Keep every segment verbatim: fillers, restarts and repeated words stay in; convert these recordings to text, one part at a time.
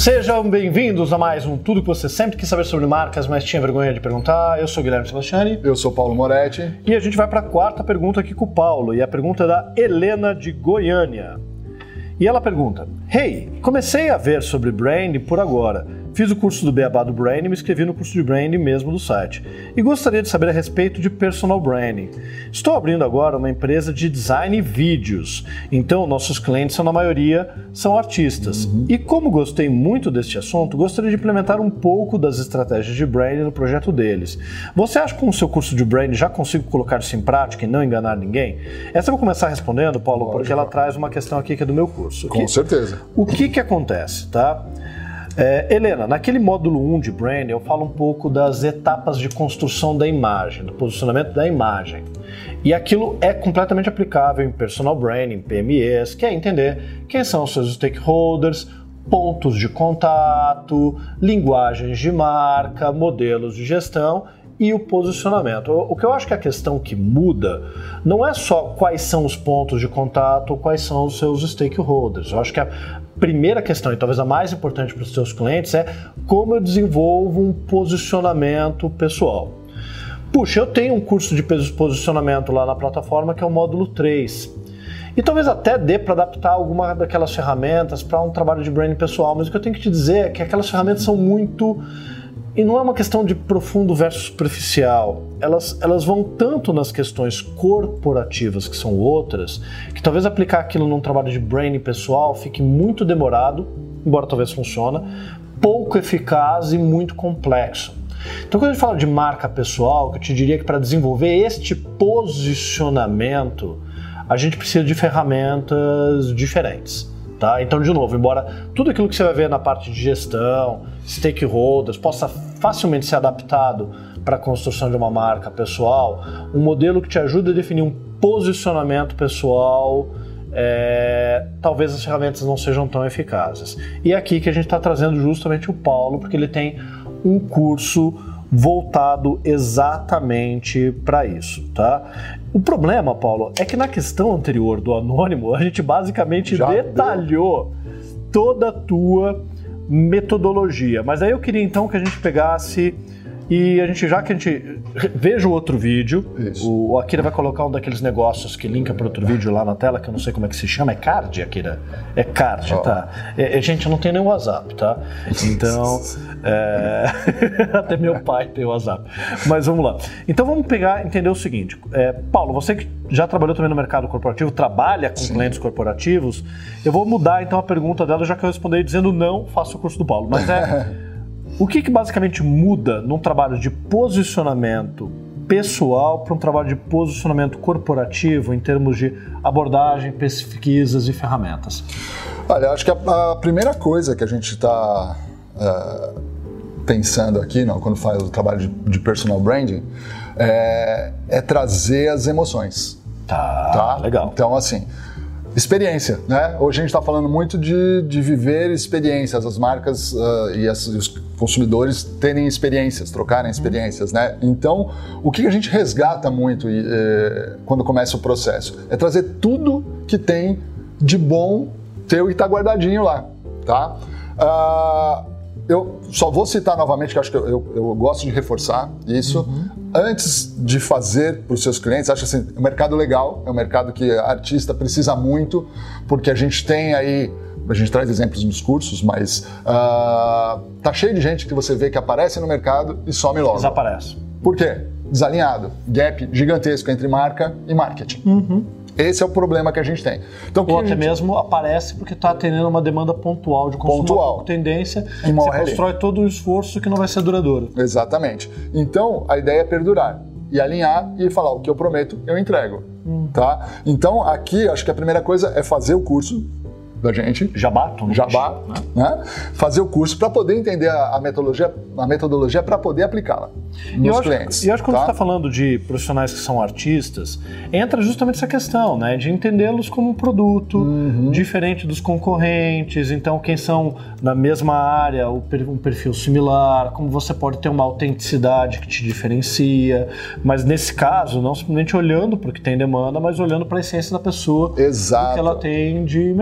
Sejam bem-vindos a mais um Tudo que você sempre quis saber sobre marcas, mas tinha vergonha de perguntar. Eu sou Guilherme Sebastiani. Eu sou Paulo Moretti. E a gente vai para a quarta pergunta aqui com o Paulo. E a pergunta é da Helena de Goiânia. E ela pergunta: Hey, comecei a ver sobre branding por agora. Fiz o curso do Beabá do Branding e me inscrevi no curso de Branding mesmo do site. E gostaria de saber a respeito de Personal Branding. Estou abrindo agora uma empresa de design e vídeos. Então, nossos clientes, são, na maioria, são artistas. Uhum. E como gostei muito deste assunto, gostaria de implementar um pouco das estratégias de branding no projeto deles. Você acha que com o seu curso de Branding já consigo colocar isso em prática e não enganar ninguém? Essa eu vou começar respondendo, Paulo, Lógico. porque ela traz uma questão aqui que é do meu curso. Com que, certeza. O que que acontece, tá? É, Helena, naquele módulo um de Branding eu falo um pouco das etapas de construção da imagem, do posicionamento da imagem. E aquilo é completamente aplicável em Personal Branding, P M Es, que é entender quem são os seus stakeholders, pontos de contato, linguagens de marca, modelos de gestão e o posicionamento. O que eu acho que a questão que muda não é só quais são os pontos de contato ou quais são os seus stakeholders. Eu acho que a primeira questão, e talvez a mais importante para os seus clientes, é como eu desenvolvo um posicionamento pessoal. Puxa, eu tenho um curso de posicionamento lá na plataforma que é o módulo três. E talvez até dê para adaptar alguma daquelas ferramentas para um trabalho de branding pessoal, mas o que eu tenho que te dizer é que aquelas ferramentas são muito... E não é uma questão de profundo versus superficial. Elas, elas vão tanto nas questões corporativas, que são outras, que talvez aplicar aquilo num trabalho de branding pessoal fique muito demorado, embora talvez funcione, pouco eficaz e muito complexo. Então, quando a gente fala de marca pessoal, eu te diria que para desenvolver este posicionamento, a gente precisa de ferramentas diferentes. Tá? Então, de novo, embora tudo aquilo que você vai ver na parte de gestão, stakeholders, possa facilmente ser adaptado para a construção de uma marca pessoal, um modelo que te ajuda a definir um posicionamento pessoal, é, talvez as ferramentas não sejam tão eficazes. E é aqui que a gente está trazendo justamente o Paulo, porque ele tem um curso voltado exatamente para isso, tá? O problema, Paulo, é que na questão anterior do anônimo, a gente basicamente Já detalhou deu. toda a tua metodologia. Mas aí eu queria então que a gente pegasse e a gente, já que a gente veja o outro vídeo, Isso. o Akira vai colocar um daqueles negócios que linka para outro vídeo lá na tela, que eu não sei como é que se chama, é card, Akira? É card, oh. tá? É, é, gente, eu não tenho nem WhatsApp, tá? Então, é... até meu pai tem WhatsApp. Mas vamos lá. Então vamos pegar e entender o seguinte. É, Paulo, você que já trabalhou também no mercado corporativo, trabalha com Sim. clientes corporativos, eu vou mudar então a pergunta dela, já que eu respondi dizendo não, faço o curso do Paulo. Mas é... O que, que basicamente muda num trabalho de posicionamento pessoal para um trabalho de posicionamento corporativo em termos de abordagem, pesquisas e ferramentas? Olha, acho que a, a primeira coisa que a gente está uh, pensando aqui, não, quando faz o trabalho de, de personal branding, é, é trazer as emoções. Tá, tá, legal. Então, assim... Experiência, né? Hoje a gente está falando muito de, de viver experiências, as marcas uh, e, as, e os consumidores terem experiências, trocarem experiências, né? Então, o que a gente resgata muito eh, quando começa o processo é trazer tudo que tem de bom teu e tá guardadinho lá, tá? Uh, eu só vou citar novamente, que acho que eu, eu, eu gosto de reforçar isso. Uhum. Antes de fazer para os seus clientes, acho assim, é um mercado legal, é um mercado que a artista precisa muito, porque a gente tem aí, a gente traz exemplos nos cursos, mas uh, tá cheio de gente que você vê que aparece no mercado e some logo. Desaparece. Por quê? Desalinhado, gap gigantesco entre marca e marketing. Uhum. Esse é o problema que a gente tem. Então, Ou até gente... mesmo aparece porque está atendendo uma demanda pontual de consumo, pontual. Com tendência, e você constrói todo o esforço que não vai ser duradouro. Exatamente. Então, a ideia é perdurar e alinhar e falar o que eu prometo, eu entrego. Hum. Tá? Então, aqui, acho que a primeira coisa é fazer o curso da gente. Jabá, tu não Jabá, né? né? Fazer o curso para poder entender a, a metodologia, a metodologia para poder aplicá-la nos acho, clientes. E eu acho que quando tá? você está falando de profissionais que são artistas, entra justamente essa questão, né? De entendê-los como um produto, uhum. diferente dos concorrentes, então quem são na mesma área, um perfil similar, como você pode ter uma autenticidade que te diferencia, mas nesse caso, não simplesmente olhando para o que tem demanda, mas olhando para a essência da pessoa, Exato. o que ela tem de melhor.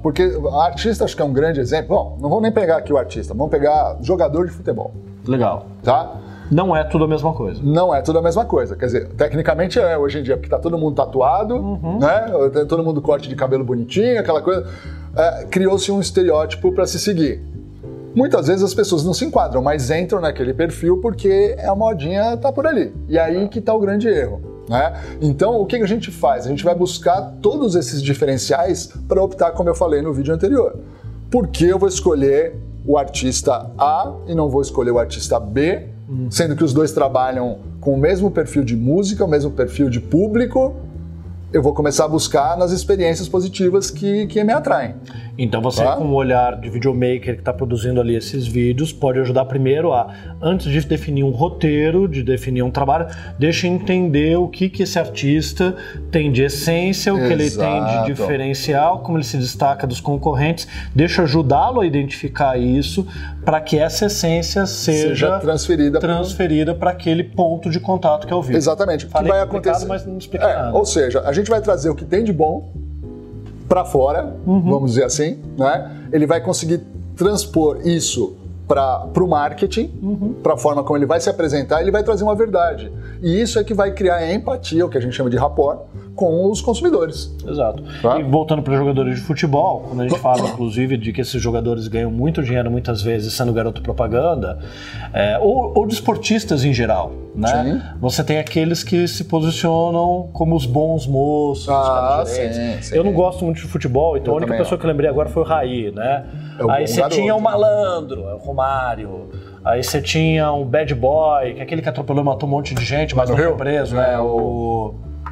porque artista acho que é um grande exemplo. Bom, não vamos nem pegar aqui o artista, vamos pegar jogador de futebol. Legal. Tá? Não é tudo a mesma coisa. Não é tudo a mesma coisa. Quer dizer, tecnicamente é hoje em dia, porque tá todo mundo tatuado, uhum. né? Tem todo mundo corte de cabelo bonitinho, aquela coisa. É, criou-se um estereótipo para se seguir. Muitas vezes as pessoas não se enquadram, mas entram naquele perfil porque a modinha tá por ali. E aí que tá o grande erro. Né? Então, o que a gente faz? A gente vai buscar todos esses diferenciais para optar, como eu falei no vídeo anterior. Por que eu vou escolher o artista A e não vou escolher o artista B, hum. sendo que os dois trabalham com o mesmo perfil de música, o mesmo perfil de público? Eu vou começar a buscar nas experiências positivas que, que me atraem. Então você, tá? com o olhar de videomaker que está produzindo ali esses vídeos, pode ajudar primeiro a, antes de definir um roteiro, de definir um trabalho, deixa entender o que, que esse artista tem de essência, o Exato. que ele tem de diferencial, como ele se destaca dos concorrentes, deixa ajudá-lo a identificar isso para que essa essência seja, seja transferida transferida para aquele ponto de contato que é o vídeo. Exatamente. O que vai acontecer, mas não explica é, nada. Ou seja, a gente vai trazer o que tem de bom para fora, uhum. vamos dizer assim, né? Ele vai conseguir transpor isso para o marketing, uhum. para a forma como ele vai se apresentar, ele vai trazer uma verdade. E isso é que vai criar empatia, o que a gente chama de rapport, com os consumidores. Exato. Tá? E voltando para jogadores de futebol, quando a gente fala, inclusive, de que esses jogadores ganham muito dinheiro muitas vezes sendo garoto propaganda, é, ou, ou de esportistas em geral, né? Sim. Você tem aqueles que se posicionam como os bons moços, ah, os sim, sim. Eu não gosto muito de futebol, então eu a única pessoa não. que eu lembrei agora foi o Raí, né? É Aí você garoto. tinha o malandro, o Romário. Aí você tinha um bad boy, que é aquele que atropelou e matou um monte de gente, mas não foi preso, né? O...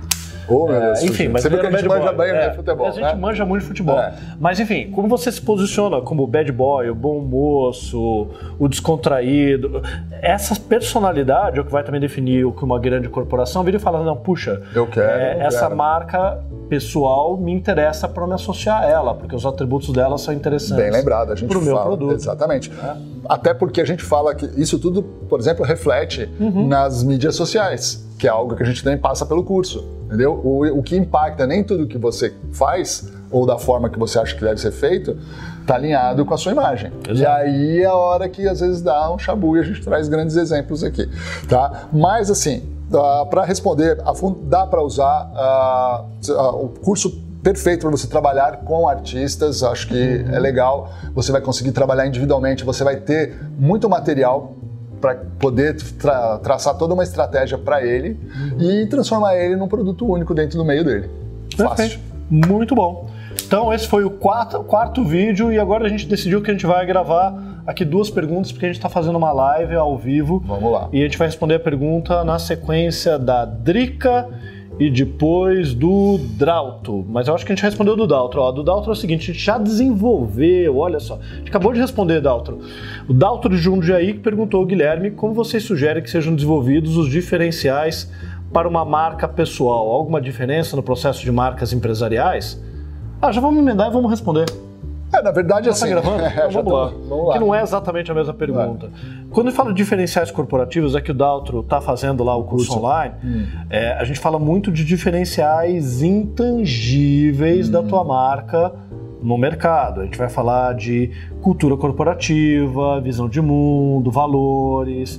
Oh, meu Deus, é, enfim, mas você vê que a gente manja bem é, de futebol, a gente né? manja muito de futebol. É. Mas enfim, como você se posiciona como o bad boy, o bom moço, o descontraído, essa personalidade é o que vai também definir o que uma grande corporação vira e fala, não, puxa, eu quero, é, eu essa quero. marca pessoal me interessa para me associar a ela, porque os atributos dela são interessantes. Bem lembrado, a gente pro fala, meu produto. Exatamente. É. Até porque a gente fala que isso tudo, por exemplo, reflete uhum. nas mídias sociais, que é algo que a gente também passa pelo curso, entendeu? O, o que impacta nem tudo que você faz, ou da forma que você acha que deve ser feito, está alinhado com a sua imagem. Exato. E aí é a hora que às vezes dá um chabu e a gente traz grandes exemplos aqui, tá? Mas assim, uh, para responder a fundo, dá para usar uh, uh, o curso perfeito para você trabalhar com artistas, acho que uhum. é legal, você vai conseguir trabalhar individualmente, você vai ter muito material para poder tra traçar toda uma estratégia para ele uhum. e transformar ele num produto único dentro do meio dele. Perfeito. Fácil. Muito bom. Então esse foi o quarto, quarto vídeo e agora a gente decidiu que a gente vai gravar aqui duas perguntas porque a gente está fazendo uma live ao vivo. Vamos lá. E a gente vai responder a pergunta na sequência da Drica e depois do Drauto. Mas eu acho que a gente respondeu do Daltro. Ó, do Daltro é o seguinte, a gente já desenvolveu, olha só. A gente acabou de responder, Daltro. O Daltro de Jundiaí que perguntou, Guilherme, como vocês sugerem que sejam desenvolvidos os diferenciais para uma marca pessoal? Alguma diferença no processo de marcas empresariais? Ah, já vamos emendar e vamos responder. É, na verdade, já assim... Tá gravando? Então, vamos, tô, lá. vamos lá. Que não é exatamente a mesma pergunta. É. Quando eu falo de diferenciais corporativos, é que o Daltro está fazendo lá o curso, curso. online, hum. é, a gente fala muito de diferenciais intangíveis hum. da tua marca no mercado. A gente vai falar de cultura corporativa, visão de mundo, valores,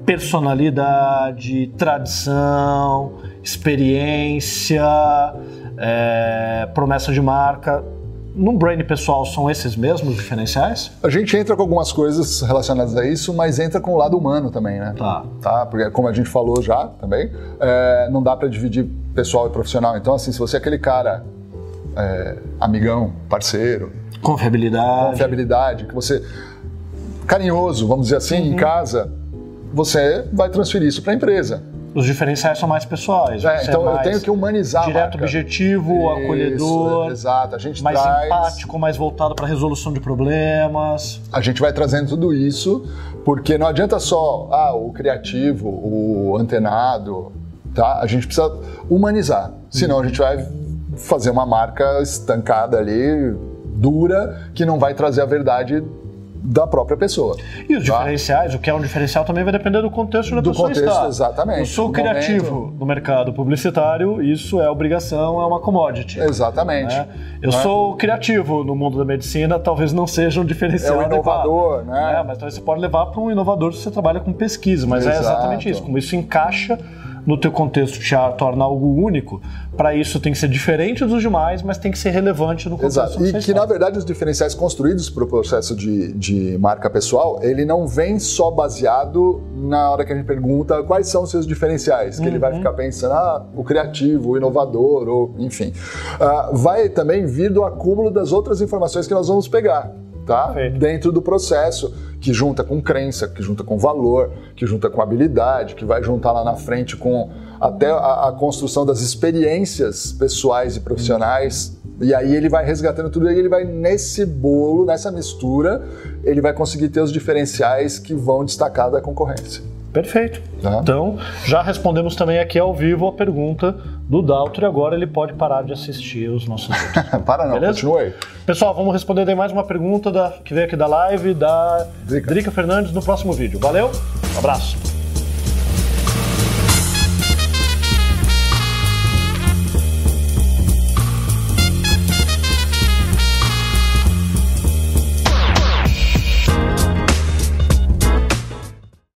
personalidade, tradição, experiência, é, promessa de marca. No brand pessoal, são esses mesmos diferenciais? A gente entra com algumas coisas relacionadas a isso, mas entra com o lado humano também, né? Tá. Tá? Porque, como a gente falou já também, é, não dá para dividir pessoal e profissional. Então, assim, se você é aquele cara é, amigão, parceiro... Confiabilidade. Confiabilidade, que você... carinhoso, vamos dizer assim, uhum. em casa, você vai transferir isso para a empresa. Os diferenciais são mais pessoais. É, então é eu tenho que humanizar a direto, marca. objetivo, isso, acolhedor. Exato. A gente mais traz... empático, mais voltado para a resolução de problemas. A gente vai trazendo tudo isso, porque não adianta só ah, o criativo, o antenado, tá? A gente precisa humanizar. Senão a gente vai fazer uma marca estancada ali, dura, que não vai trazer a verdade da própria pessoa. E os tá? diferenciais, o que é um diferencial também vai depender do contexto da do pessoa contexto, está. Exatamente. Eu sou no criativo momento... no mercado publicitário, isso é obrigação, é uma commodity. Exatamente. Né? Eu né? sou criativo no mundo da medicina, talvez não seja um diferencial É um inovador, adequado, né? né? Mas talvez você pode levar para um inovador se você trabalha com pesquisa, mas Exato. é exatamente isso, como isso encaixa no teu contexto, te torna algo único. Para isso tem que ser diferente dos demais, mas tem que ser relevante no contexto. Exato. E que, na verdade, os diferenciais construídos para o processo de, de marca pessoal, ele não vem só baseado na hora que a gente pergunta quais são os seus diferenciais, que uhum. ele vai ficar pensando, ah, o criativo, o inovador, ou enfim. Uh, vai também vir do acúmulo das outras informações que nós vamos pegar. Tá? Dentro do processo, que junta com crença, que junta com valor, que junta com habilidade, que vai juntar lá na frente com até a, a construção das experiências pessoais e profissionais. E aí ele vai resgatando tudo, e ele vai nesse bolo, nessa mistura, ele vai conseguir ter os diferenciais que vão destacar da concorrência. Perfeito. Tá. Então, já respondemos também aqui ao vivo a pergunta do Daltro e agora ele pode parar de assistir os nossos vídeos. Para não, beleza? Continue aí. Pessoal, vamos responder aí mais uma pergunta da, que veio aqui da live da Drica. Drica Fernandes no próximo vídeo. Valeu, um abraço.